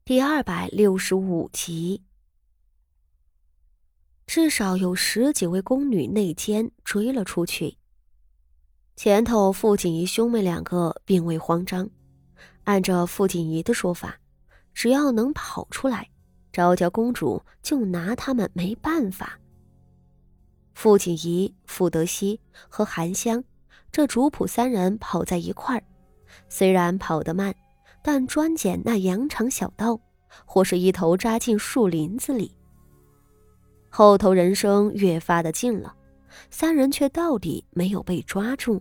第265集。至少有10几位宫女内奸追了出去。前头傅锦仪兄妹2个并未慌张，按照傅锦仪的说法，只要能跑出来，昭娇公主就拿他们没办法。傅锦仪、傅德熙和韩香这主仆3人跑在一块儿，虽然跑得慢，但专捡那羊肠小道，或是一头扎进树林子里。后头人声越发的近了，3人却到底没有被抓住。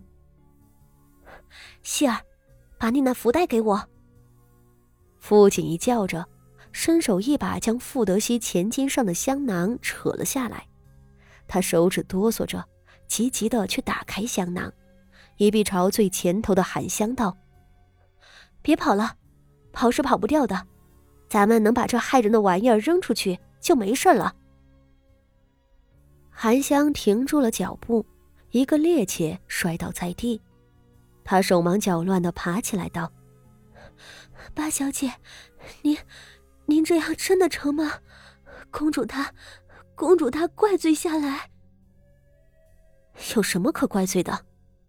希儿，把你那福袋给我。傅锦仪叫着，伸手一把将傅德熙前襟上的香囊扯了下来。他手指哆嗦着，急急地去打开香囊，一臂朝最前头的韩香道：别跑了，跑是跑不掉的，咱们能把这害人的玩意儿扔出去就没事了。韩香停住了脚步，一个趔趄摔倒在地。她手忙脚乱地爬起来道：八小姐，您这样真的成吗？公主她怪罪下来。有什么可怪罪的？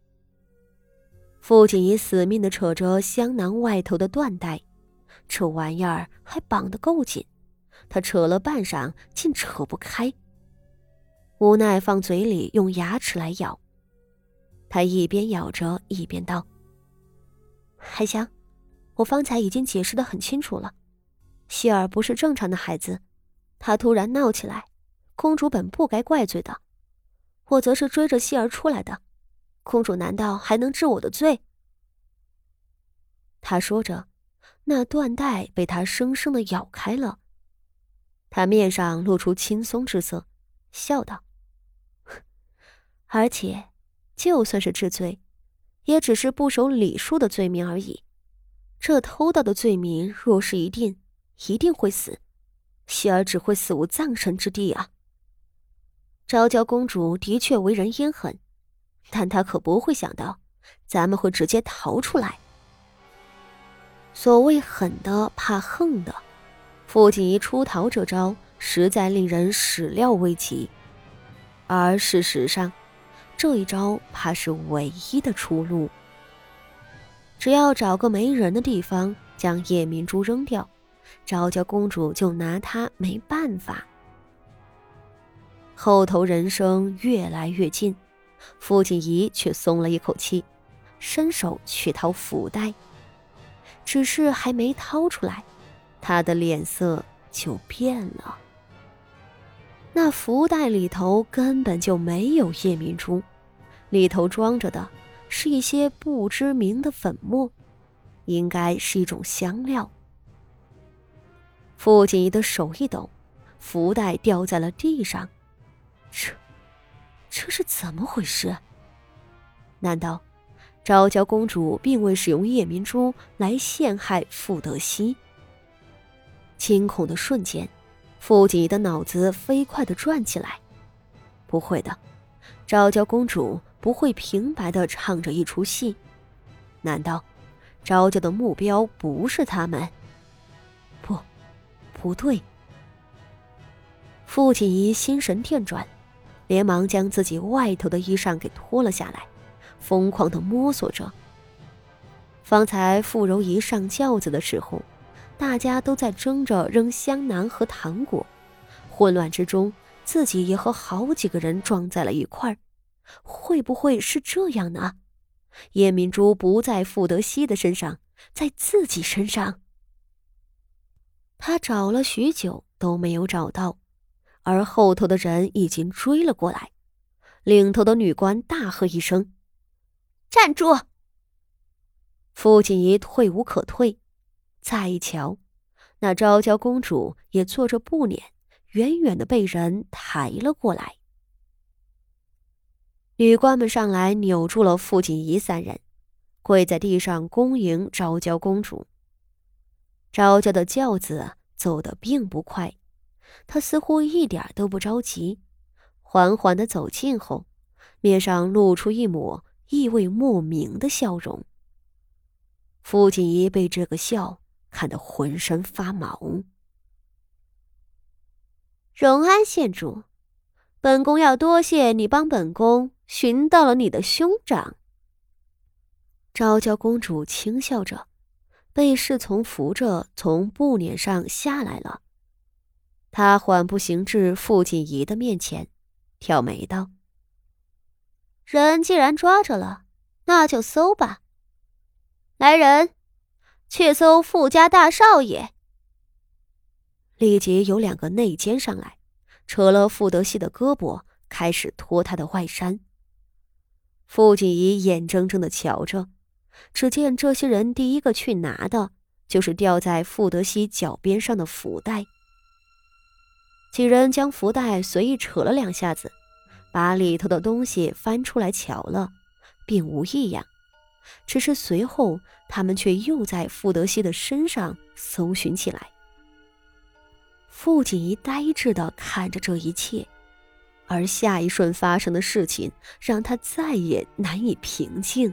傅锦仪死命地扯着香囊外头的缎带，这玩意儿还绑得够紧，她扯了半晌竟扯不开，无奈放嘴里用牙齿来咬。她一边咬着一边道：海香，我方才已经解释得很清楚了，希儿不是正常的孩子，她突然闹起来，公主本不该怪罪的，我则是追着希儿出来的，公主难道还能治我的罪？他说着，那缎带被他生生地咬开了。他面上露出轻松之色，笑道：而且就算是治罪，也只是不守礼数的罪名而已，这偷盗的罪名若是一定会死，希儿只会死无葬身之地啊。昭娇公主的确为人阴狠，但她可不会想到咱们会直接逃出来。所谓狠的怕横的，傅锦仪出逃这招实在令人始料未及，而事实上这一招怕是唯一的出路。只要找个没人的地方将夜明珠扔掉，昭娇公主就拿她没办法。后头人声越来越近，傅锦仪却松了一口气，伸手去掏福袋，只是还没掏出来，她的脸色就变了。那福袋里头根本就没有夜明珠，里头装着的是一些不知名的粉末，应该是一种香料。傅锦仪的手一抖，福袋掉在了地上。这是怎么回事？难道昭娇公主并未使用夜明珠来陷害傅德熙？惊恐的瞬间，傅锦仪的脑子飞快地转起来。不会的，昭娇公主不会平白地唱着一出戏。难道昭娇的目标不是他们？不对。傅锦仪心神电转，连忙将自己外头的衣裳给脱了下来，疯狂地摸索着。方才傅柔仪上轿子的时候，大家都在争着扔香囊和糖果，混乱之中自己也和好几个人撞在了一块儿。会不会是这样呢？夜明珠不在傅德熙的身上，在自己身上。他找了许久都没有找到，而后头的人已经追了过来。领头的女官大喝一声：站住！傅锦仪退无可退，再一瞧，那昭娇公主也坐着步辇，远远的被人抬了过来。女官们上来扭住了傅锦仪3人，跪在地上恭迎昭娇公主。昭娇的轿子走得并不快，她似乎一点都不着急，缓缓地走近后，面上露出一抹意味莫名的笑容。傅锦仪被这个笑看得浑身发毛。 荣安县主，本宫要多谢你帮本宫寻到了你的兄长。 昭娇公主轻笑着，被侍从扶着从布帘上下来了。她缓步行至傅锦仪的面前，挑眉道：“ 人既然抓着了，那就搜吧。来人，去搜傅家大少爷。” 立即有2个内奸上来，扯了傅德熙的胳膊，开始脱他的外衫。傅锦仪眼睁睁地瞧着，只见这些人第一个去拿的就是吊在傅德熙脚边上的福袋。几人将福袋随意扯了2下子，把里头的东西翻出来瞧了，并无异样，只是随后他们却又在傅德熙的身上搜寻起来。傅锦仪呆滞地看着这一切，而下一瞬发生的事情让他再也难以平静。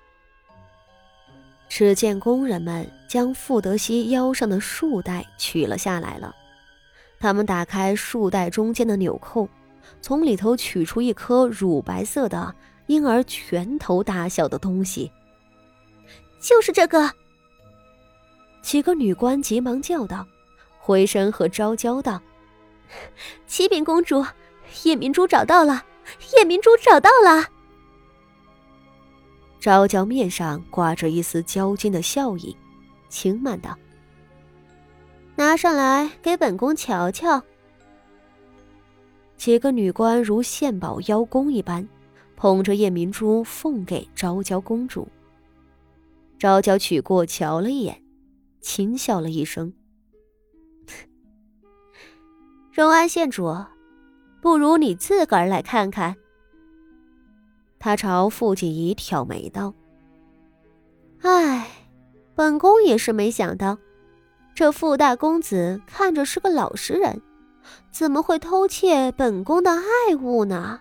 只见工人们将傅德熙腰上的束带取了下来了，他们打开束带中间的纽扣，从里头取出一颗乳白色的婴儿拳头大小的东西。 就是这个！ 几个女官急忙叫道，回身和昭娇道：“ 启禀公主，夜明珠找到了，夜明珠找到了！” 昭娇面上挂着一丝娇矜的笑意，轻慢道：“ 拿上来给本宫瞧瞧。” 几个女官如献宝邀功一般，捧着夜明珠奉给昭娇公主。昭娇取过瞧了一眼，轻笑了一声：“ 荣安县主，不如你自个儿来看看。” 他朝傅锦仪挑眉道：“ 唉，本宫也是没想到，这傅大公子看着是个老实人，怎么会偷窃本宫的爱物呢？”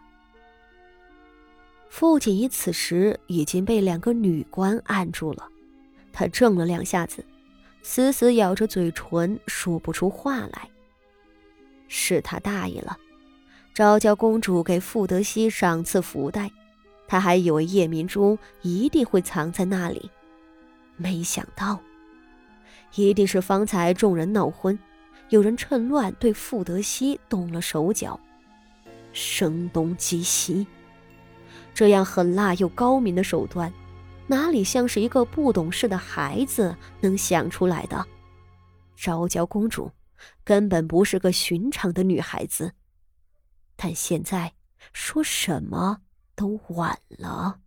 傅锦仪此时已经被2个女官按住了，她怔了2下子，死死咬着嘴唇，说不出话来。是她大意了，昭娇公主给傅德熙赏赐福袋，她还以为夜明珠一定会藏在那里，没想到一定是方才众人闹婚，有人趁乱对傅德熙动了手脚，声东击西。这样狠辣又高明的手段，哪里像是一个不懂事的孩子能想出来的？昭娇公主根本不是个寻常的女孩子，但现在说什么都晚了。